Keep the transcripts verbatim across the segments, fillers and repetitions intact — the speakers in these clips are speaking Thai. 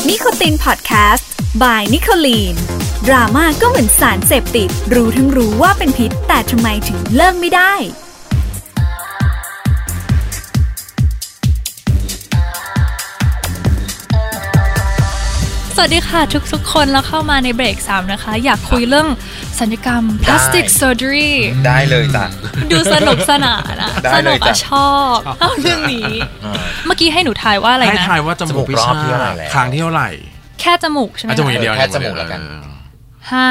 นิโคตินพอดแคสต์ by นิโคลีนดราม่าก็เหมือนสารเสพติดรู้ทั้งรู้ว่าเป็นพิษแต่ทำไมถึงเลิกไม่ได้สวัสดีค่ะทุกๆคนแล้วเข้ามาในเบรกสามนะคะอยากคุยเรื่องศัลยกรรม plastic surgery ได้เลยจ้ะดูสนุกสนานอะสนุกอะชอบเอาเรื่องนี้เมื่อกี้ให้หนูทายว่าอะไรนะให้ทายว่าจมูกพี่ชาครั้งที่เท่าไหร่แค่จมูกใช่ไหมจมูกอย่างเดียวแค่จมูกแล้วกันห้า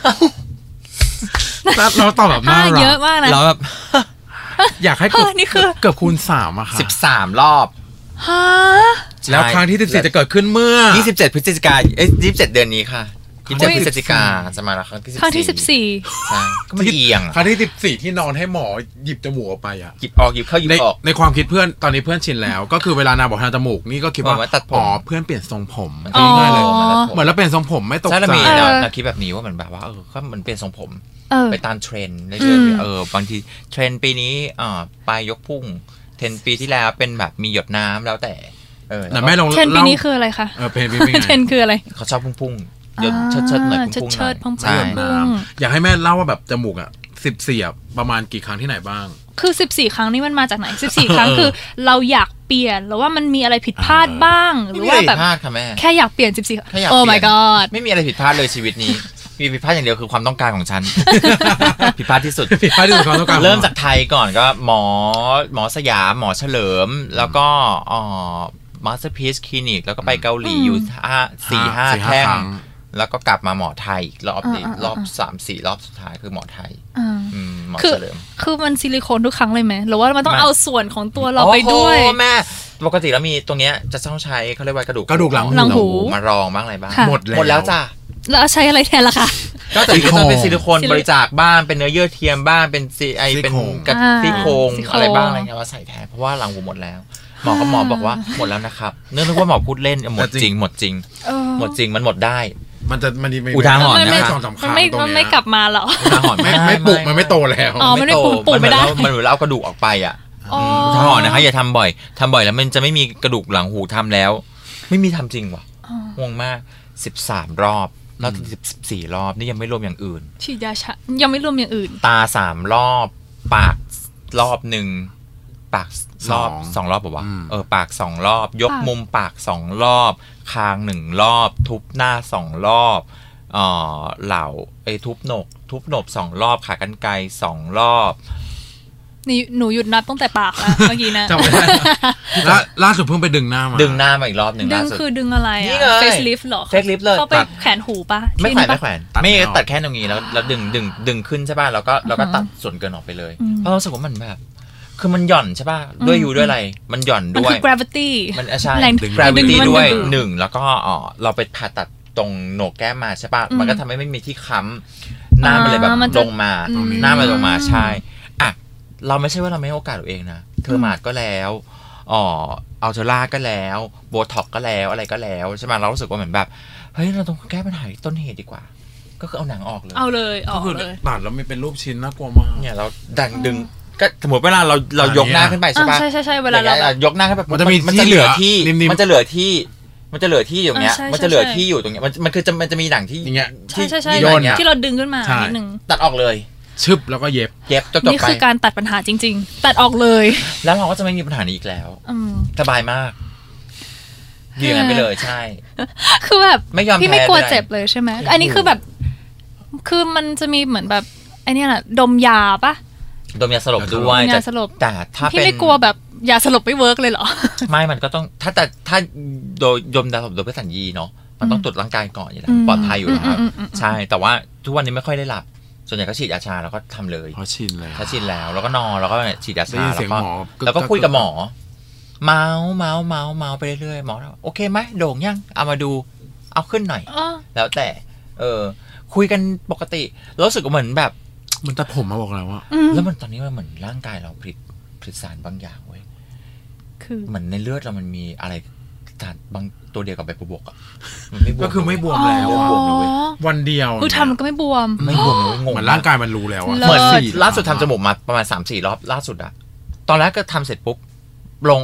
เราตอบแบบน่ารักเยอะมากนะเราแบบอยากให้เกือบคูณสามอะค่ะสิบสามรอบฮะแล้วครั้งที่สิบสี่จะเกิดขึ้นเมื่อยี่สิบเจ็ดพฤศจิกายนเอ้ยยี่สิบเจ็ดเดือนนี้ค่ะยี่สิบเจ็ดพฤศจิกายนจะมาแล้วครั้งที่สิบสี่ครั้งที่สิบสี่ใช่ก็มันเอียงครั้งที่สิบสี่ที่นอนให้หมอหยิบจมูกออกไปอ่ะหยิบออกหยิบเข้าหยิบออกในความคิดเพื่อนตอนนี้เพื่อนชินแล้วก็คือเวลานางบอกทางจมูกนี่ก็คิดว่าอ๋อเพื่อนเปลี่ยนทรงผมง่ายๆเลยเหมือนแล้วเปลี่ยนทรงผมไม่ตกใจแล้วมีเราคิดแบบนี้ว่าเหมือนแบบว่าเออก็มันเปลี่ยนทรงผมไปตามเทรนด์เรื่อยๆเออบางทีเทรนด์ปีนี้อ่าปลายยกพุ่งเทรนด์ปีที่แล้วเป็นแบบมีหยดน้ำแล้วแต่เออแต่แม่ลงเทรนปีนี้คืออะไรคะเออเป็นปีเทรนคืออะไรเขาชอบพุ่งๆหยดเชิดๆหน่อยพุ่งๆหน่อยใช่อยากให้แม่เล่าว่าแบบจมูกอ่ะสิบสี่อ่ะประมาณกี่ครั้งที่ไหนบ้างคือสิบสี่ครั้งนี้มันมาจากไหนสิบสี่ครั้งคือเราอยากเปลี่ยนหรือว่ามันมีอะไรผิดพลาดบ้างหรือว่าแบบแค่อยากเปลี่ยนสิบสี่โอ้ my god ไม่มีอะไรผิดพลาดเลยชีวิตนี้มีผิดพลาดอย่างเดียวคือความต้องการของฉันผิดพลาดที่สุดผิดพลาดที่สุดความต้องการเริ่มจากไทยก่อนก็หมอหมอสยามหมอเฉลิมแล้วก็อ๋อMasterpiece Clinic แล้วก็ไปเกาหลีอยู่ห้า สี่ ห้าแท่งแล้วก็กลับมาหมอไทยอีกรอบนี้รอบ สาม สี่ รอบสุดท้ายคือหมอไทยอืมหมอเฉลิมคือมันซิลิโคนทุกครั้งเลยมั้ยหรือว่ามันต้องเอาส่วนของตัวเราไปด้วยโอ้แม่ปกติแล้วมีตรงเนี้ยจะต้องใช้เค้าเรียกว่ากระดูกกระดูกหลังหูมารองบ้างอะไรบ้างหมดแล้วหมดแล้วจ้ะแล้วใช้อะไรแทนล่ะคะก็แต่ก็ต้องเป็นซิลิโคนบริจาคบ้างเป็นเนื้อเยื่อเทียมบ้างเป็นซีไอเป็นกระซี่โครงอะไรบ้างอะไรเงี้ยว่าใส่แทนเพราะว่าหลังหูหมดแล้วหมอก็หมอบอกว่าหมดแล้วนะครับเนื่องจากว่าหมอพูดเล่นหมดจริงหมดจริงหมดจริงมันหมดได้มันจะมันอุทาหรณ์นะมันไม่มันไม่กลับมาหรออุทาหรณ์ไม่ไม่ปลุกมันไม่โตแล้วอ๋อมันไม่ปลุกปลุกไม่ได้มันเหมือนเอากระดูกออกไปอ่ะอุทาหรณ์นะคะอย่าทำบ่อยทำบ่อยแล้วมันจะไม่มีกระดูกหลังหูทำแล้วไม่มีทำจริงว่ะงงมากสิบสามรอบแล้วสิบสี่รอบนี่ยังไม่รวมอย่างอื่นฉีดยาชะยังไม่รวมอย่างอื่นตาสามรอบปากรอบนึงปากรอบสองรอบป่ะวะเออปากสองรอบยกมุมปากสองรอบคางหนึ่งรอบทุบหน้าสองรอบเอ่อเหล่าไอ้ทุบโหนกทุบโหนบสองรอบขากรรไกรสองรอบนี่หนูหยุดนับตั้งแต่ปากแล้วเมื่อกี้นะจำไม่ได้แล้วล่าสุดเพิ่งไปดึงหน้ามาดึงหน้ามาอีกรอบนึงล่าสุดดึงคือดึงอะไรอ่ะ face lift หรอ face lift เลยเข้าไปแขวนหูป่ะไม่แขวนไม่แขวนไม่ตัดแค่ตรงนี้แล้วแล้วดึงดึงดึงขึ้นใช่ป่ะแล้วก็แล้วก็ตัดส่วนเกินออกไปเลยเพราะรู้สึกว่ามันแบบคือมันหย่อนใช่ป่ะด้วยอยู่ด้วยอะไรมันหย่อนด้วยมันคือ gravity มันใช่ gravity ด้วยหนึ่งแล้วก็อ๋อเราไปผ่าตัดตรงโหนกแก้มมาใช่ป่ะมันก็ทำให้ไม่มีที่ค้ำหน้ามันเลยแบบลงมาหน้ามันลงมาใช่อ่ะเราไม่ใช่ว่าเราไม่ให้โอกาสตัวเองนะเทอร์มาดก็แล้วอ๋ออัลเทอร่าก็แล้วโบท็อกก็แล้วอะไรก็แล้วใช่ไหมเรารู้สึกว่าเหมือนแบบเฮ้ยเราต้องแก้ปัญหาต้นเหตุดีกว่าก็คือเอาหนังออกเลยเอาเลยออกเลยตัดแล้วไม่เป็นรูปชิ้นน่ากลัวมากเนี่ยเราดังดึงก็สมมติเวลาเราเรายกหน้าขึ้นไปใช่ป่ะใช่ใช่ใช่เวลาเรายกหน้าขึ้นไปมันจะมีมันจะเหลือที่มันจะเหลือที่มันจะเหลือที่อยู่เนี้ยมันจะเหลือที่อยู่ตรงเนี้ยมันมันคือจะมันจะมีหนังที่อย่างเงี้ยใช่ใช่ใช่ที่เราดึงขึ้นมานิดนึงตัดออกเลยชึบแล้วก็เย็บเย็บจบไปนี่คือการตัดปัญหาจริงๆตัดออกเลยแล้วเราก็จะไม่มีปัญหานี้อีกแล้วสบายมากยืนไปเลยใช่คือแบบพี่ไม่กลัวเจ็บเลยใช่ไหมอันนี้คือแบบคือมันจะมีเหมือนแบบไอ้นี่แหละดมยาปะดมยาสลบด้วยยาสลบแต่ถ้าเป็นพี่ไม่กลัวแบบยาสลบไม่เวิร์กเลยเหรอไม่มันก็ต้องถ้าแต่ถ้าโดยดมยาสลบโดยแพทย์สัญญีเนาะมันต้องตรวจร่างกายก่อนอยู่แล้วปลอดภัยอยู่แล้วใช่แต่ว่าทุกวันนี้ไม่ค่อยได้หลับส่วนใหญ่ก็ฉีดยาชาแล้วก็ทำเลยเพราะชินเลยถ้าชินแล้วแล้วก็นอนแล้วก็ฉีดยาชาแล้วก็แล้วก็คุยกับหมอเมาส์เมาส์เมาส์เมาส์ไปเรื่อยๆหมอโอเคไหมโด่งยังเอามาดูเอาขึ้นหน่อยแล้วแต่เออคุยกันปกติรู้สึกเหมือนแบบมันตัดผมมาบอกแล้วว่าแล้วมันตอนนี้มันเหมือนร่างกายเราผลิตผลิตสารบางอย่างเว้ยคือเหมือนในเลือดเรามันมีอะไรสารบางตัวเดียวกับใบบัวบกอ่ะมันไม่บวมก็คือไม่บวมแล้วบวมเลยวันเดียวคือทำมันก็ไม่บวมไม่บวมเลยงงเหมือนร่างกายมันรู้แล้วอ่ะเหมือนล่าสุดทำจมูกมาประมาณ สามสี่ รอบล่าสุดอ่ะตอนแรกก็ทำเสร็จปุ๊บลง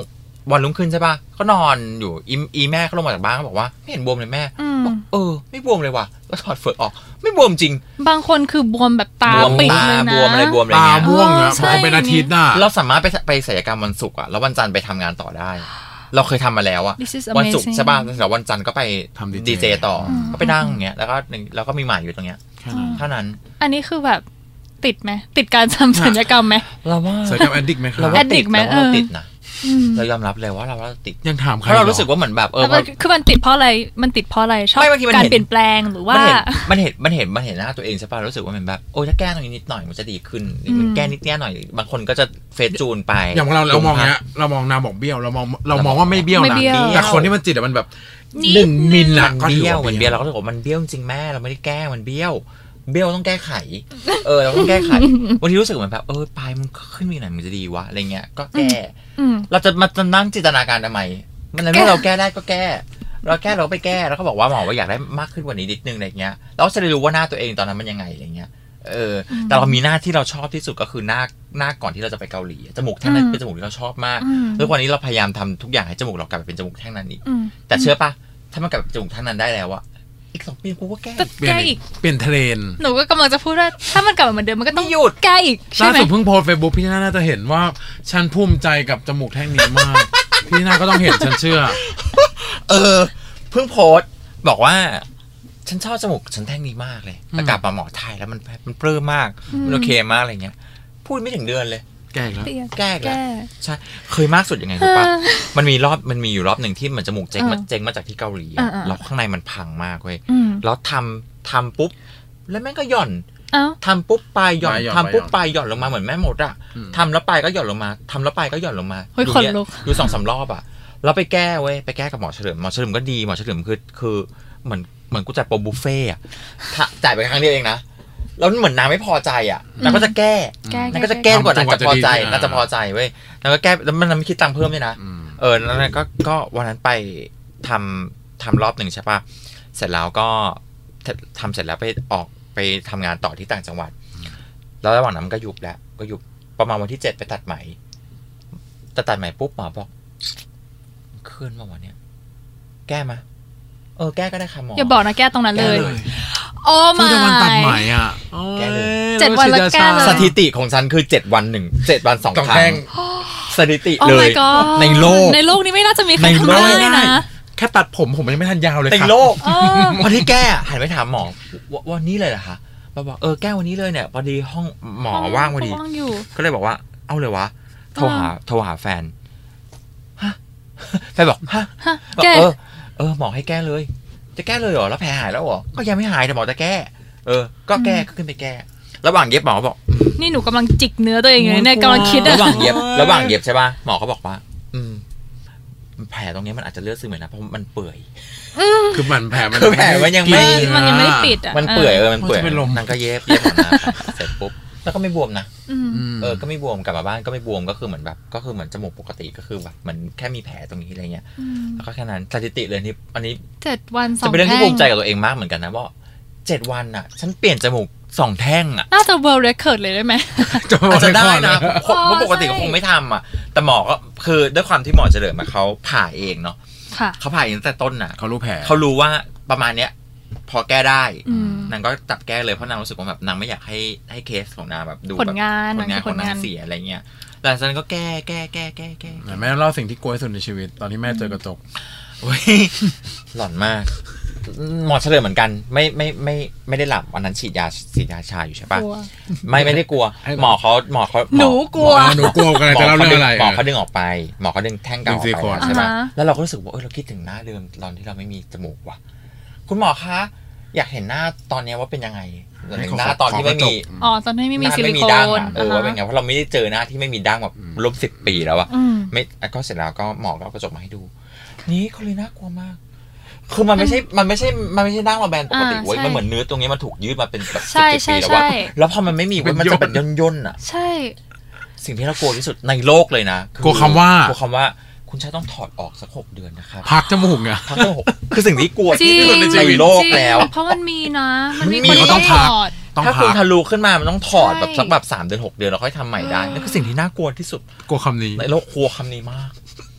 วันรุ่งขึ้นใช่ป่ะก็นอนอยู่อีอีแม่เขาลงมาจากบ้านเขาบอกว่าไม่เห็นบวมเลยแม่บอกเออไม่บวมเลยว่ะก็ถอดเฟือกออกไม่บวมจริงบางคนคือบวมแบบตาปิดเลยนะบวมอะไรบวมอะไรเงี้ยตาม่วงเนี่ยพอเป็นอาทิตย์น่ะเราสามารถไปไปศัลยกรรมวันศุกร์อ่ะแล้ววันจันทร์ไปทำงานต่อได้เราเคยทำมาแล้วอะวันศุกร์ใช่ป่ะแล้ววันจันทร์ก็ไปทำดีเจต่อก็ไปนั่งอย่างเงี้ยแล้วก็แล้วก็มีหมาอยู่ตรงเนี้ยเท่านั้นอันนี้คือแบบติดไหมติดการทำศัลยกรรมไหมเราว่าศัลยกรรมแอดดิกไหมครับแอดดิกไหมเออติดนะเรายอมรับเลยว่าเราติดยังถามใครเพราะเรารู้สึกว่าเหมือนแบบเออคือมันติดเพราะอะไรมันติดเพราะอะไรชอบการเปลี่ยนแปลงหรือว่ามันเห็นมันเห็นมันเห็นหน้าตัวเองใช่ป่ะรู้สึกว่ามันแบบโอ้ถ้าแก้ตรงนี้นิดหน่อยมันจะดีขึ้นมันแก้นิดแก้หน่อยบางคนก็จะเฟซจูนไปอย่างเราเรามองเนี้ยเรามองนาบอกเบี้ยวเรามองเรามองว่าไม่เบี้ยวนะแต่คนที่มันจิตมันแบบหนึ่งมิลอะก็เบี้ยวมันเบี้ยวเราก็รู้สึกว่ามันเบี้ยวจริงแม่เราไม่ได้แก้มันเบี้ยวเบี้ยวต้องแก้ไขเออเราต้องแก้ไขบางทีรู้สึกเหมือนแบบเออปลายมันขึ้นมีไหนมันจะดีวะอะไรเงี้ยก็แก้เราจะมาจะนั่งจินตนาการทำไมมันเมื่อเราแก้ได้ก็แก้เราแก้เราไปแก้แล้วก็บอกว่าหมอว่าอยากได้มากขึ้นกว่านี้นิดนึงอะไรเงี้ยเราจะได้รู้ว่าหน้าตัวเองตอนนั้นมันยังไงอะไรเงี้ยเออแต่เรามีหน้าที่เราชอบที่สุดก็คือหน้าหน้าก่อนที่เราจะไปเกาหลีจมูกแท่งนั้นเป็นจมูกที่เราชอบมากแล้ววันนี้เราพยายามทำทุกอย่างให้จมูกเรากลับไปเป็นจมูกแท่งนั้นอีกแต่เชื่อปะถ้ามันกลับจมูกแท่งนั้นได้แล้วอะอีกสองปีกูก็แก้แก้อีกเปลี่ยนเทรนหนูก็กำลังจะพูดว่าถ้ามันกลับมาเหมือนเดิมมันก็ต้องหยุดแก้อีกใช่ไหมล่าสุดเพิ่งโพสเฟซบุ๊กพี่น่าจะเห็นว่าฉันภูมิใจกับจมูกแท่งนี้มากพี่น่าก็ต้องเห็นฉันเชื่อเออเพิ่งโพสบอกว่าฉันชอบจมูกฉันแท่งนี้มากเลยแต่กลับมาหมอไทยแล้วมันมันปลื้มมากมันโอเคมากอะไรเงี้ยพูดไม่ถึงเดือนเลยแก้แล้วแก้แล้วใช่เคยมากสุดยังไงรู้ป่ะมันมีรอบมันมีอยู่รอบหนึ่งที่เหมือนจมูกเจ๊งมาเจ๊งมาจากที่เกาหลีแล้วข้างในมันพังมากเว้ยแล้วทำทำปุ๊บแล้วแม่งก็หย่อนทำปุ๊บปลายหย่อนทำปุ๊บปลายหย่อนลงมาเหมือนแม่มดอะทำแล้วปลายก็หย่อนลงมาทำแล้วปลายก็หย่อนลงมาอยู่เนี่ยอยู่สองสามรอบอะแล้วไปแก้เว้ยไปแก้กับหมอเฉลิมหมอเฉลิมก็ดีหมอเฉลิมคือคือเหมือนเหมือนกูจ่ายโปรบุฟเฟ่อะจ่ายไปครั้งเดียวเองนะแล้วเหมือนนางไม่พอใจอ่ะนางก็จะแก้นางก็จะแก้ก่อนนางจะพอใจนางจะพอใจเว้ยนางก็แก้แล้วมันไม่คิดตังค์เพิ่มเลยนะเออแล้วก็ก็วันนั้นไปทำทำรอบหนึ่งใช่ป่ะเสร็จแล้วก็ทำเสร็จแล้วไปออกไปทำงานต่อที่ต่างจังหวัดแล้วระหว่างนั้นก็ยุบแล้วก็ยุบประมาณวันที่เจ็ดไปตัดไหมแต่ตัดไหมปุ๊บหมอบอกขึ้นมาวันเนี้ยแก้มาเออแก้ก็ได้ค่ะหมออย่าบอกนะแก้ตรงนั้นเลยโอ้มาจะวันตัดไหมอ่ะแก้เลยเจ็ดวันแล้วแก้เลยสถิติของฉันคือเจ็ดวันหนึ่งเจ็ดวันสองครั้งสถิติเลยในโลกในโลกนี้ไม่น่าจะมีใครทำได้เลยนะแค่ตัดผมผมยังไม่ทันยาวเลยในโลกวันที่แก้หันไปถามหมอวันนี้เลยเหรอคะบอกเออแก้วันนี้เลยเนี่ยพอดีห้องหมอว่างพอดีก็เลยบอกว่าเอาเลยวะโทรหาโทรหาแฟนฮะแฟนบอกฮะเออเออหมอให้แก้เลยจะแก้เลยเหรอแล้วแผลหายแล้วเหรอก็ยังไม่หายแต่หมอจะแก้เออก็แก้ก็ขึ้นไปแก้ระหว่างเย็บหมอบอกนี่หนูกำลังจิกเนื้อตัวเองอยู่เนี่ยกำลังคิดระหว่างเย็บระหว่างเย็บใช่ป่ะหมอก็บอกว่าอืมแผลตรงนี้มันอาจจะเลือดซึมเหมือนนะเพราะมันเปื่อยคือมันแผลมันแผลมันยังไม่มันยังไม่ปิดอ่ะมันเปื่อยเออมันเปื่อยนางก็เย็บเย็บหมดนะเสร็จปุ๊บแล้วก็ไม่บวมนะเออก็ไม่บวมกลับมาบ้านก็ไม่บวมก็คือเหมือนแบบก็คือเหมือนจมูกปกติก็คือแบบเหมือนแค่มีแผลตรงนี้อะไรเงี้ยแล้วก็แค่นั้นสถิติเลยนี่อันนี้เจ็ดวันสองจะเป็นเรื่องที่ภูมิใจกับตัวเองมากเหมือนกันนะว่าเจ็ดวันอ่ะฉันเปลี่ยนจมูกสองแท่งอ่ะน่าจะ world record เลยได้ไหมอาจจะได้นะเพราะปกติก็คงไม่ทำอ่ะแต่หมอก็คือด้วยความที่หมอเฉลิมมาเขาผ่าเองเนาะเขาผ่าเองตั้งแต่ต้นน่ะเขารู้แผลเขารู้ว่าประมาณเนี้ยพอแก้ได้นางก็ตัดแก้เลยเพราะนางรู้สึกว่าแบบนางไม่อยากให้ให้เคสของนางแบบดูผลงานผลงานของนางเสียอะไรเงี้ยหลังจากนั้นก็แก้แก้แก้แก้แก้แม่เล่าสิ่งที่กลัวที่สุดในชีวิตตอนที่แม่เจอกระจกโอ้ยหลอนมากหมอเฉลิมเหมือนกันไม่ไม่ไม่ไม่ได้หลับวันนั้นฉีดยาฉีดยาชาอยู่ใช่ปะไม่ไม่ได้กลัวหมอเขาหมอเขาหนูกลัวหนูกลัวกันแต่เราเรื่องอะไรหมอเขาดึงออกไปหมอเขาดึงแท่งเก่าออกไปใช่ปะแล้วเราก็รู้สึกว่าเออเราคิดถึงหน้าเดิมตอนที่เราไม่มีจมูกว่ะคุณหมอคะอยากเห็นหน้าตอนนี้ว่าเป็นยังไงหน้าตอนที่ไม่มีอ๋อตอนที่ไม่มีซิลิโคนเออว่าเป็นไงเพราะเราไม่ได้เจอหน้าที่ไม่มีดั้งแบบลบสิบปีแล้วอะไม่ก็เสร็จแล้วก็หมอก็เอากระจกมาให้ดูนี่เขาเลยน่ากลัวมากคือมันไม่ใช่มันไม่ใช่มันไม่ใช่ดั้งเราแบนปกติเว้ยมันเหมือนเนื้อตรงนี้มันถูกยืดมาเป็นแบบสิบปีแล้วว่าแล้วพอมันไม่มีมันจะเป็นย่นๆอะใช่สิ่งที่เรากลัวที่สุดในโลกเลยนะกลัวคำว่ากลัวคำว่าคุณชายต้องถอดออกสักหกเดือนนะครับพักจมูกไงพักจมูกคือสิ่งที่กลัวที่สุดในโลกแล้วเพราะมันมีนะมันมีคนต้องถอดถ้าคุณทะลุขึ้นมามันต้องถอดแบบสักแบบสามเดือนหกเดือนเราค่อยทำใหม่ได้นั่นคือสิ่งที่น่ากลัวที่สุดกลัวคำนี้ในโลกกลัวคำนี้มากก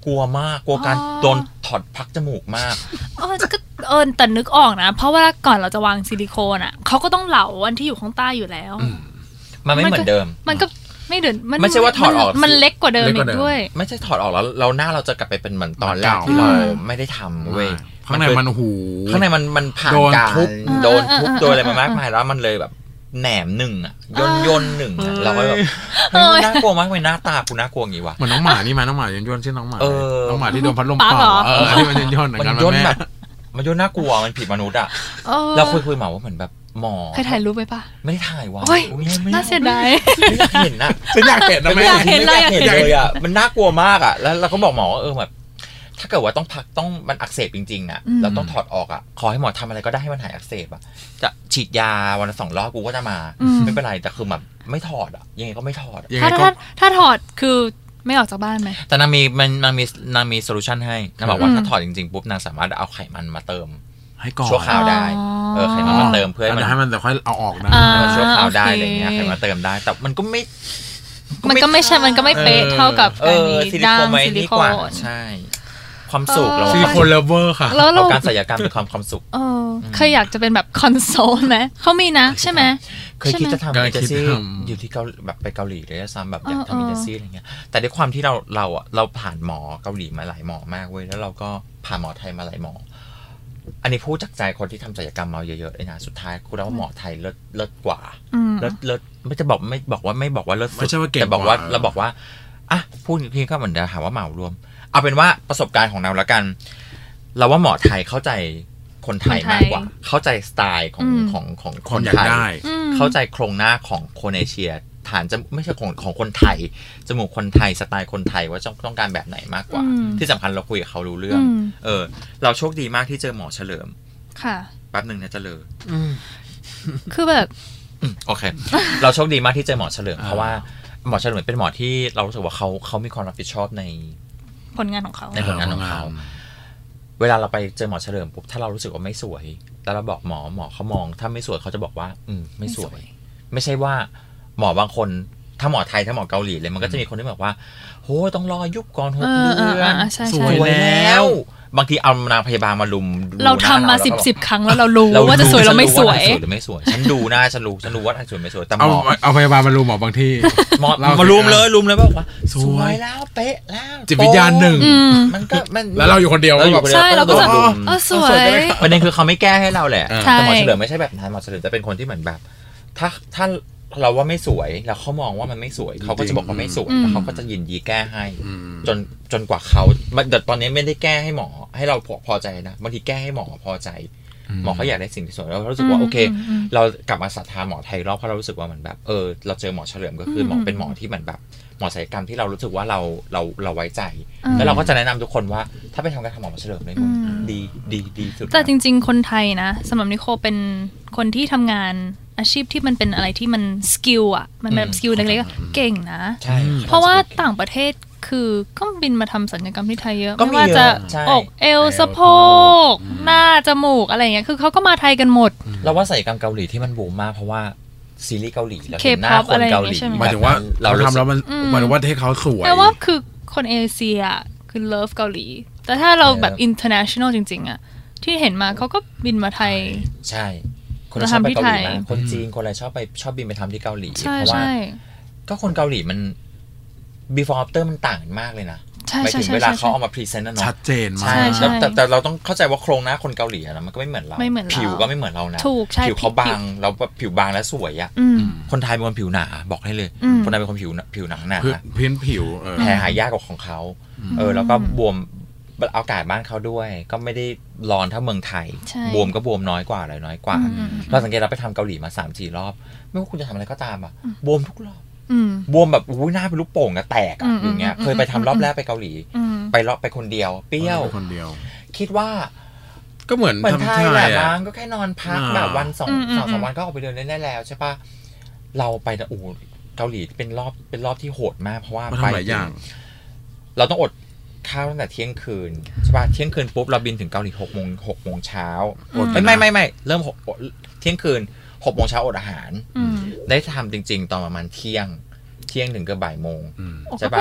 กลัวมากกลัวการโดนถอดพักจมูกมากเออก็เออแต่นึกออกนะเพราะว่าก่อนเราจะวางซิลิโคนอ่ะเขาก็ต้องเหลาอันที่อยู่ข้างใต้อยู่แล้วมันไม่เหมือนเดิมมันก็ไม่เดินไม่ใช่ว่าถอดออกมันเล็กกว่าเดิมอีกด้วยไม่ใช่ถอดออกแล้วเราหน้าเราจะกลับไปเป็นเหมือนตอนแรกที่เราไม่ได้ทำเว้ยข้างในมันหูข้างในมันมันผ่านการโดนทุบโดนอะไรมามากมายแล้วมันเลยแบบแหนมหนึ่งอ่ะย่นย่นหนึ่งอ่ะเราก็แบบน่ากลัวมากเลยหน้าตากูน่ากลัวอย่างงี้วะเหมือนน้องหมานี่มาน้องหมาย่นย่นชื่อน้องหมาน้องหมาที่โดนพัดลมเป่าเออที่มันย่นย่นมันย่นแบบมันย่นน่ากลัวมันผิดมนุษย์อ่ะเราคุยคุยหมาว่าเหมือนแบบหมอใครถ่ายรูปไปปะไม่ได้ถ่ายวะน่าเสียดายไม่อยากเห็นนะฉันอยากเห็นนะไม่อยากเห็นเลยอยากเห็นเลยอ่ะมันน่ากลัวมากอ่ะแล้วเราก็บอกหมอว่าเออแบบถ้าเกิดว่าต้องพักต้องมันอักเสบจริงๆอ่ะเราต้องถอดออกอ่ะขอให้หมอทำอะไรก็ได้ให้มันหายอักเสบอ่ะจะฉีดยาวันละสองรอบกูก็จะมาไม่เป็นไรแต่คือแบบไม่ถอดอ่ะยังไงก็ไม่ถอดถ้าถ้าถ้าถอดคือไม่ออกจากบ้านไหมแต่นางมีมันนางมีนางมีโซลูชันให้นางบอกว่าถ้าถอดจริงๆปุ๊บนางสามารถเอาไขมันมาเติมให้ก่อนชั่วคราวได้เออไขมันมาเติมเพื่อให้มันให้มันแต่ค่อยเอาออกนะมันชั่วคราวได้อะไรเงี้ยไขมันเติมได้แต่มันก็ไม่มันก็ไม่ใช่มันก็ไม่เป๊ะเท่ากับการมีดั้งซิลิโคนใช่ความสุขเราซิลิโคนเลเวอร์ค่ะแล้วการศัลยกรรมเป็นความความสุขเออเคยอยากจะเป็นแบบคอนโซลไหมเขามีนะใช่ไหมเคยคิดจะทำอินเตอร์ซีอยู่ที่เกาแบบไปเกาหลีเลยซ้ำแบบอยากทำอินเตอร์ซีอะไรเงี้ยแต่ด้วยความที่เราเราอ่ะเราผ่านหมอเกาหลีมาหลายหมอมากเว้ยแล้วเราก็ผ่านหมอไทยมาหลายหมออันนี้พูดจากใจคนที่ทำศัลยกรรมมาเยอะๆเลยนะสุดท้ายกูเล่าว่าหมอไทยเลิศเลิศกว่าเลิศเลิศไม่จะบอกไม่บอกว่าไม่บอกว่าเลิศสุดแต่บอกว่าเราบอกว่าอ่ะพูดพี่ก็เหมือนเดิมถามว่าเหมารวมเอาเป็นว่าประสบการณ์ของเราแล้วกันเราว่าหมอไทยเข้าใจคนไทยมากกว่าเข้าใจสไตล์ของของของคนไทยเข้าใจโครงหน้าของคนเอเชียฐานจะไม่ใช่ของของคนไทยจมูกคนไทยสไตล์คนไทยว่าต้องการแบบไหนมากกว่าที่สำคัญเราคุยกับเขารู้เรื่องเออเราโชคดีมากที่เจอหมอเฉลิมค่ะแป๊บนึงนะเจริญคือแบบโอเคเราโชคดีมากที่เจอหมอเฉลิมเพราะว่าหมอเฉลิมเป็นหมอที่เรารู้สึกว่าเขาเขามีความรับผิดชอบในผลงานของเขาในผลงานของเขาเวลาเราไปเจอหมอเฉลิมปุ๊บถ้าเรารู้สึกว่าไม่สวยแล้วเราบอกหมอหมอเขามองถ้าไม่สวยเขาจะบอกว่าอืมไม่สวยไม่ใช่ว่าหมอบางคนถ้าหมอไทยถ้าหมอเกาหลีเลยมันก็จะมีคนที่บอกว่าโหต้องรอยุบก่อนหกเดือนสวยแล้วบางทีเอานางพยาบาลมาลุมเราทำมาสิบสิบครั้งแล้วเรารู้ว่าจะสวยเราไม่สวยหรือไม่สวยฉันดูหน้าฉันรู้ฉันรู้ว่าสวยไม่สวยแต่หมอเอาพยาบาลมาลุมหมอบางทีมาลุมเลยลุมเลยบอกว่าสวยแล้วเป๊ะแล้วจิตวิญญาณหนึ่งมันก็มันแล้วเราอยู่คนเดียวใช่เราก็จะเออสวยประเด็นคือเขาไม่แก้ให้เราแหละแต่หมอเฉลิมไม่ใช่แบบนั้นหมอเฉลิมจะเป็นคนที่เหมือนแบบถ้าถ้าเราว่าไม่สวยแล้วเขามองว่ามันไม่สวยเขาก็จะบอกว่าไม่สวยแล้วเขาก็จะยินดีแก้ให้จนจนกว่าเขาแต่ตอนนี้ไม่ได้แก้ให้หมอให้เราพอใจนะบางทีแก้ให้หมอพอใจหมอเขาอยากได้สิ่งที่สวยแล้วเรารู้สึกว่าโอเคเรากลับมาศรัทธาหมอไทยรอบเพราะเรารู้สึกว่ามันแบบเออเราเจอหมอเฉลิมก็คือหมอเป็นหมอที่เหมือนแบบหมอศัลยกรรมที่เรารู้สึกว่าเราเราเราไว้ใจแล้วเราก็จะแนะนำทุกคนว่าถ้าไปทำการทำหมอเฉลิมเลยมึงดีดีดีสุดแต่จริงๆคนไทยนะสำหรับนิโคเป็นคนที่ทำงานอาชีพที่มันเป็นอะไรที่มันสกิลอ่ะมันแบบสกิลเล็กๆเก่งนะเพราะว่าต่างประเทศคือก็บินมาทำศัลยกรรมที่ไทยเยอะไม่ว่าจะอกเอวสะโพกหน้าจมูกอะไรอย่างเงี้ยคือเขาก็มาไทยกันหมดเราว่าศัลยกรรมเกาหลีที่มันบูมมากเพราะว่าซีรีส์เกาหลีแล้วหน้าคนเกาหลีหมายถึงว่าเราทำแล้วมันหมายถึงว่าที่เขาสวยแต่ว่าคือคนเอเชียคือเลิฟเกาหลีแต่ถ้าเราแบบ international จริงๆอ่ะที่เห็นมาเขาก็บินมาไทยใช่คนชอบไปเกาหลีมากคนจีนคนอะไรชอบไปชอบบินไปทำที่เกาหลีเพราะว่าก็คนเกาหลีมัน before after มันต่างกันมากเลยนะไปถึงเวลาเขาเอามาพรีเซนต์นะเนาะชัดเจนมากแต่แต่เราต้องเข้าใจว่าโครงหน้าคนเกาหลีนะมันก็ไม่เหมือนเราผิวก็ไม่เหมือนเรานะผิวเขาบางเราผิวบางและสวยอ่ะคนไทยเป็นคนผิวหนาบอกให้เลยคนไทยเป็นคนผิวผิวหนาหนาพื้นผิวแผลหายากกว่าของเขาเออแล้วก็บวมอากาศบ้านเขาด้วยก็ไม่ได้ร้อนเท่าเมืองไทยบวมก็บวมน้อยกว่าเลยน้อยกว่าเราสังเกตเราไปทำเกาหลีมา สามสี่ รอบไม่ว่าคุณจะทำอะไรก็ตามอ่ะบวมทุกรอบบวมแบบอุ้ยหน้าเป็นลูกโป่งอะแตกอะอย่างเงี้ยเคยไปทำรอบแรกไปเกาหลีไปรอบไปคนเดียวเปรี้ยวคนเดียวคิดว่าก็เหมือนทำไทยแหละบ้างก็แค่นอนพักแบบวันสองสองสามวันก็ออกไปเดินได้แล้วใช่ปะเราไปนะโอ้เกาหลีเป็นรอบเป็นรอบที่โหดมากเพราะว่าไปหลายอย่างเราต้องอดข้าวตั้งแต่เที่ยงคืนใช่ป่ะเที่ยงคืนปุ๊บเราบินถึงเกาหลีหกโมงหกโมงเช้าไม่ไม่ไม่ไม่เริ่มหกเที่ยงคืนหกโมงเช้าอดอาหารได้ทำจริงๆตอนประมาณเที่ยงเที่ยงถึงเกือบบ่ายโมงใช่ป่ะ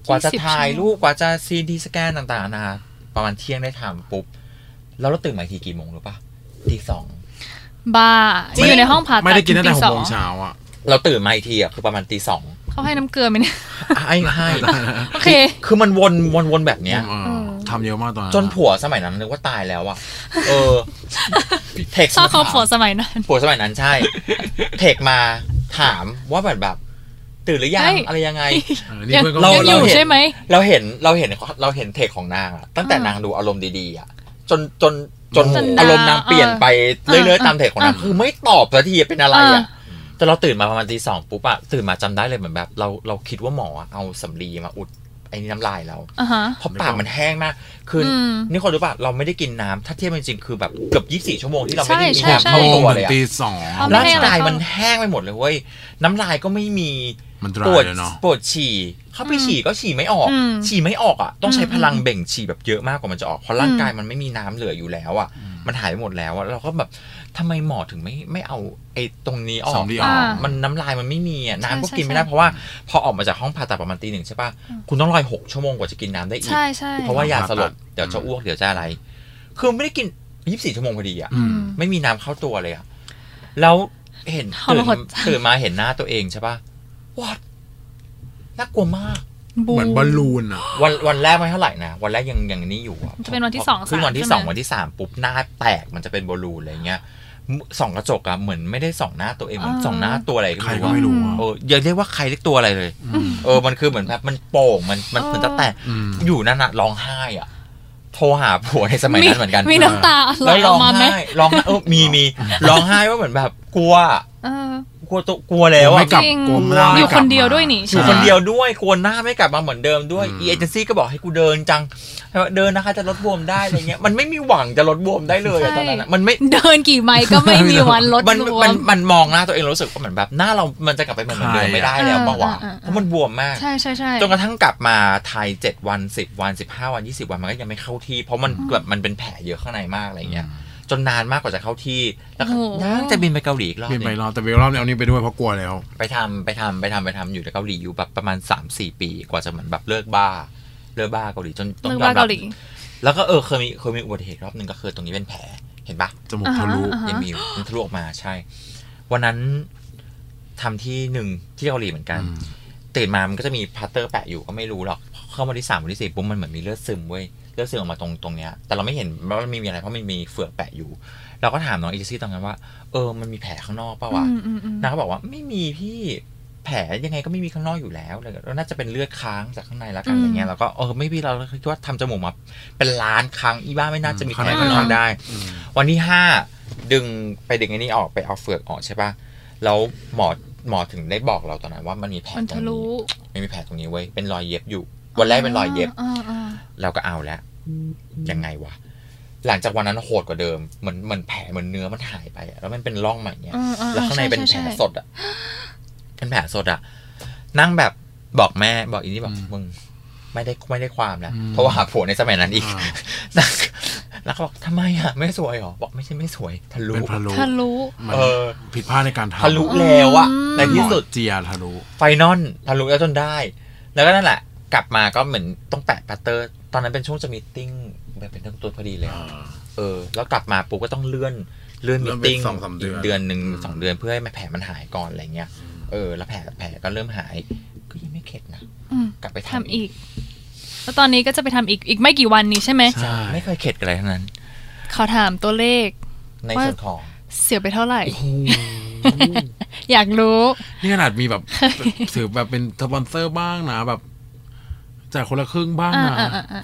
กว่าจะถ่ายรูปกว่าจะซีดีสแกนต่างๆนะประมาณเที่ยงได้ทำปุ๊บแล้วเราตื่นมาทีกี่โมงรู้ป่ะตีสองบ้าอยู่ในห้องผ่าตัดไม่ได้กินตั้งแต่หกโมงเช้าอ่ะเราตื่นมาอีกทีอ่ะคือประมาณตีสองเขาให้น้ำเกลือไหมเนี่ยให้ให้โอเคคือมันวนวนวนแบบเนี้ยทำเยอะมากตอนนั้นจนผัวสมัยนั้นนึกว่าตายแล้วอ่ะเออเทคชอบเขาผัวสมัยนั้นผัวสมัยนั้นใช่เทคมาถามว่าแบบแบบตื่นหรือยังอะไรยังไงเราเราเห็นใช่ไหมเราเห็นเราเห็นเราเห็นเทคของนางอ่ะตั้งแต่นางดูอารมณ์ดีๆอ่ะจนจนจนอารมณ์นางเปลี่ยนไปเรื่อยๆตามเทคของนางคือไม่ตอบสักทีเป็นอะไรอ่ะแต่เราตื่นมาประมาณตีสองปุ๊บอะตื่นมาจำได้เลยเหมือนแบบเราเราคิดว่าหมอเอาสำลีมาอุดไอ้นี่น้ำลายเราเพราะปากมันแห้งมากคือนี่คนรู้ป่ะเราไม่ได้กินน้ำถ้าเทียบจริงๆคือแบบเกือบยี่สิบสี่ชั่วโมงที่เราไม่ได้กินน้ำเข้าตัวเลยอะตีสองร่างกายมันแห้งไปหมดเลยเว้ยน้ำลายก็ไม่มีปวดปวดฉี่เข้าไปฉี่ก็ฉี่ไม่ออกฉี่ไม่ออกอะต้องใช้พลังเบ่งฉี่แบบเยอะมากกว่ามันจะออกเพราะร่างกายมันไม่มีน้ำเหลืออยู่แล้วอะมันหายไปหมดแล้วอะเราก็แบบทำไมหมอถึงไม่ไม่เอาไอ้ตรงนี้ออกมันน้ำลายมันไม่มีอ่ะน้ำก็กินไม่ได้เพราะว่าพอออกมาจากห้องผ่าตัดประมาณตีหนึ่งใช่ป่ะคุณต้องรอหกชั่วโมงกว่าจะกินน้ำได้อีกเพราะว่ายาสลบเดี๋ยวจะอ้วกเดี๋ยวจะอะไรคือไม่ได้กินยี่สิบสี่ชั่วโมงพอดีอ่ะไม่มีน้ำเข้าตัวเลยอ่ะแล้วเห็นตื่นตื่นมาเห็นหน้าตัวเองใช่ป่ะว้าน่ากลัวมากเหมือนบอลลูนอ่ะวันวันแรกไม่เท่าไหร่นะวันแรกยังยังนี้อยู่อ่ะจะเป็นวันที่สองขึ้นวันที่สองวันที่สามปุ๊บหน้าแตกมันจะเป็นบอลลูนอะไรเงี้ยส่องกระจกอะเหมือนไม่ได้ส่องหน้าตัวเองเหมือนส่องหน้าตัวอะไรใครก็ไม่รู้เอออย่าเรียกว่าใครเรียกตัวอะไรเลยเออมันคือเหมือนแบบมันโป่งมันมันมันจะแตกอยู่นั่นอะร้องไห้อ่ะโทรหาผัวในสมัยนั้นเหมือนกันมีน้ำตาแล้วร้องไห้ร้องเออมีมีร้องไห้ว่าเหมือนแบบกลัวกลัวตัวกลัวแล้วไม่กลับกลัวอยู่คนเดียวด้วยนี่อยู่คนเดียวด้วยกลัวหน้าไม่กลับมาเหมือนเดิมด้วยอีเอเจนซี่ก็บอกให้กูเดินจังเดินนะคะจะลดบวมได้อะไรเงี้ยมันไม่มีหวังจะลดบวมได้เลยตอนนั้นมันไม่เดินกี่ไมล์ก็ไม่มีวันลดบวมมันมันมองหน้าตัวเองรู้สึกว่าเหมือนแบบหน้าเรามันจะกลับไปเหมือนเดิมไม่ได้แล้วบางวันเพราะมันบวมมากใช่ใช่ใช่จนกระทั่งกลับมาไทยเจ็ดวันสิบวันสิบห้าวันยี่สิบวันมันก็ยังไม่เข้าที่เพราะมันแบบมันเป็นแผลเยอะข้างในมากอะไรเงี้ยจนนานมากกว่าจะเข้าที่แล้วยังจะบินไปเกาหลีอีกรอบบินไปรอบแต่บินรอบนี้เอานี้ไปด้วยเพราะกลัวแล้วไปทำไปทำไปทำไปทำอยู่ในเกาหลีอยู่แบบประมาณ สามสี่ ปีกว่าจะเหมือนแบบเลิกบ้าเลิกบ้าเกาหลีจนต้องยอมรับแล้วก็เออเคยมีเคยมีอุบัติเหตุรอบนึงก็คือตรงนี้เป็นแผลเห็นปะจมูกทะลุยังมีมันทะลุออกมาใช่วันนั้นทำที่หนึ่งที่เกาหลีเหมือนกันตื่นมามันก็จะมีพลาสเตอร์แปะอยู่ก็ไม่รู้หรอกเข้ามาที่สามวันที่สี่ปุ๊บมันเหมือนมีเลือดซึมเว้ยเลือดซึมออกมาตรงตรงเนี้ยแต่เราไม่เห็นว่ามันมีอะไรเพราะมันมีเฟือกแปะอยู่เราก็ถามน้องเอเจนซี่ตอนนั้นว่าเออมันมีแผลข้างนอกป่าววะนางก็บอกว่าไม่มีพี่แผลยังไงก็ไม่มีข้างนอกอยู่แล้วแล้วน่าจะเป็นเลือดค้างจากข้างในแล้วกันอย่างเงี้ยแล้วก็เออไม่พี่เราคิดว่าทำจมูกมาเป็นล้านครั้งอีบ้าไม่น่าจะมีแผลข้างนอกได้วันที่ห้าดึงไปดึงไอ้นี่ออกไปเอาเฟือกออกใช่ป่ะแล้วหมอหมอถึงได้บอกเราตอนนั้นว่ามันมีแผลตรงนี้ไม่มีแผลตรงนี้เว้ยเป็นรอยเย็บอยู่วันแรกเป็นรอยเย็บเราก็เอาแล้วยังไงวะหลังจากวันนั้นโหดกว่าเดิมเหมือนเหมือนแผลเหมือนเนื้อมันหายไปแล้วมันเป็นร่องใหม่เนี้ยแล้วข้างในเป็นแผลสดอ่ะเป็นแผลสดอ่ะนั่งแบบบอกแม่บอกอีนี่บอกมึงไม่ได้ไม่ได้ความแล้วเพราะว่าหาผัวในสมัยนั้นอีกแล้วเขาบอกทำไมอ่ะไม่สวยหรอบอกไม่ใช่ไม่สวยทะลุทะลุเออผิดพลาดในการทำทะลุแล้วอ่ะในที่สุดเจียทะลุไฟนอลทะลุแล้วจนได้แล้วก็นั่นแหละกลับมาก็เหมือนต้องแปะพลาสเตอร์ตอนนั้นเป็นช่วงจะมีติ้งแบบเป็นทั้งตัวพอดีเลยเออแล้วกลับมาปุ๊บก็ต้องเลื่อนเลื่อนมีติ้งอีกเดือนหนึ่งสองเดือนเพื่อให้แผลมันหายก่อนอะไรเงี้ยเออแล้วแผลแผลก็เริ่มหายก็ยังไม่เข็ดนะกลับไปทำอีกแล้วตอนนี้ก็จะไปทำอีกอีกไม่กี่วันนี้ใช่ไหมใช่ไม่เคยเข็ดอะไรทั้งนั้นเขาถามตัวเลขในส่วนของเสียไปเท่าไหร่อยากรู้นี่ขนาดมีแบบถือแบบเป็นสปอนเซอร์บ้างนะแบบจ่ายคนละครึ่งบ้างนะ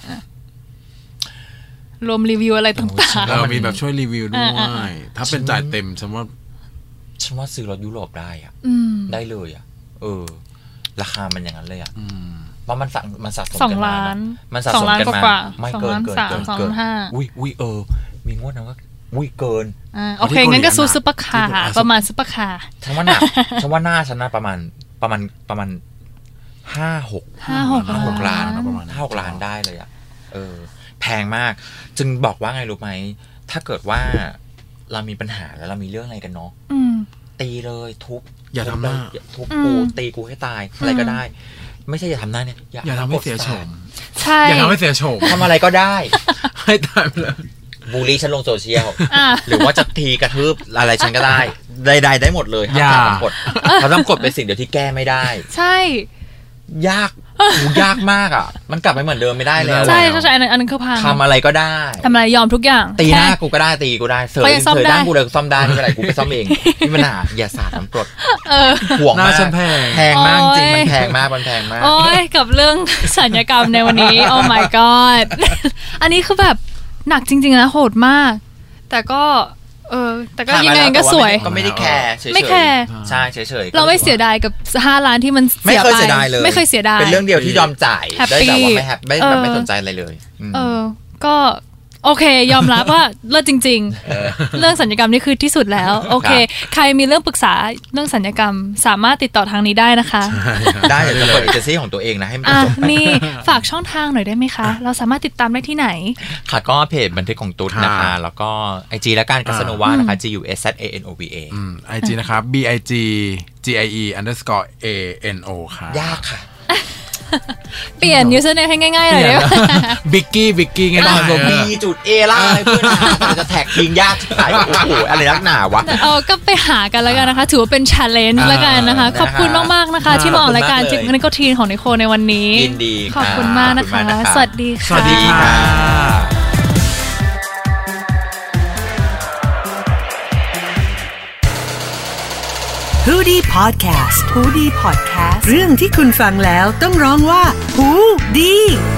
รวมรีวิวอะไรต่างๆเรามีแบบช่วยรีวิวด้วยถ้าเป็นจ่ายเต็มฉันว่าฉันว่าซื้อรถยุโรปได้อ่ะได้เลยอ่ะเออราคามันอย่างนั้นเลยอ่ะว่ามันสั่งมันสะสมกันมามันสะสมกันมาไม่เกินเกินเกินเกินอุ้ยอุ้ยเออมีงวดนะว่าอุ้ยเกินอ่าโอเคงั้นก็ซูซุปเปอร์คาร์ประมาณซุปเปอร์คาร์ฉันว่าหนักฉันว่าหน้าฉันน่าประมาณประมาณประมาณห้าหกห้าหกห้าหกล้านประมาณห้าหกล้านได้เลยอ่ะเออแพงมากจึงบอกว่าไงรู้ไหมถ้าเกิดว่าเรามีปัญหาแล้วเรามีเรื่องอะไรกันเนาะตีเลยทุบอย่าทำหน้าทุบกูตีกูให้ตายอะไรก็ได้ไม่ใช่อย่าทำหน้าเนี่ยอย่าทำให้เสียโฉมใช่อย่าทำให้เสียโฉมทำอะไรก็ได้ให้ตายไปเลยบูลลี่ฉันลงโซเชียลหรือว่าจะทีกระทืบอะไรฉันก็ได้ใดๆได้หมดเลยอย่าทำกฎเขาทำกฎเป็นสิ่งเดียวที่แก้ไม่ได้ใช่ยากยากมากอ่ะมันกลับไปเหมือนเดิมไม่ได้แล้วใช่ใช่อันนั้นอันนั้นคือพังทำอะไรก็ได้ทำอะไรยอมทุกอย่างตีหน้ากูก็ได้ตีกูได้เสยเสยด้านกูเลยซ่อมได้ไม่เป็นไรกูไปซ่อมเองไม่เป็นปัญหาอย่าสาดน้ำกรดห่วงมากแพงแพงมากจริงมันแพงมากมันแพงมากโอ้ยกับเรื่องสัญญกรรมในวันนี้โอ้ my god อันนี้คือแบบหนักจริงๆนะโหดมากแต่ก็เออแต่ก็ยังไงก็สวยก็ไม่ได้แคร์เฉยๆไม่แคร์ใช่เฉยๆเราไม่เสียดายกับห้าล้านที่มันไม่เคยเสียดายเลยไม่เคยเสียดายเป็นเรื่องเดียวที่ยอมจ่ายได้แต่ว่าไม่แฮปไม่แบบไม่สนใจอะไรเลยเออก็โอเคยอมรับว่าเลิศจริงๆเรื่องสัญญกรรมนี่คือที่สุดแล้วโอเคใครมีเรื่องปรึกษาเรื่องสัญญกรรมสามารถติดต่อทางนี้ได้นะคะได้เดี๋ยวจะเปิดเอเจนซี่ของตัวเองนะให้มันจบไปนี่ฝากช่องทางหน่อยได้ไหมคะเราสามารถติดตามได้ที่ไหนค่ะก็เพจบันทึกของตุ๊ดนะคะแล้วก็ ไอ จี และการกัสโนวานะคะ G U S Z A N O V A อืม ไอ จี นะครับ B I G G I E underscore A N O ค่ะยากค่ะเปลี่ยน username ให้ง่ายๆหน่อยได้ไหมบิกกี้บิกกี้ง่ายๆ B จุด A ล่าเพื่อนจะแท็กทิ้งยากที่ไหนโอ้โหอะไรนักหนาวะเออก็ไปหากันแล้วกันนะคะถือว่าเป็น challenge แล้วกันนะคะขอบคุณมากๆนะคะที่มาออกรายการจิ๊บนิโคทีนของนิโคในวันนี้ยินดีขอบคุณมากนะคะสวัสดีค่ะสวัสดีค่ะฮูดี้พอดแคสต์ฮูดี้พอดแคสต์เรื่องที่คุณฟังแล้วต้องร้องว่าฮูดี้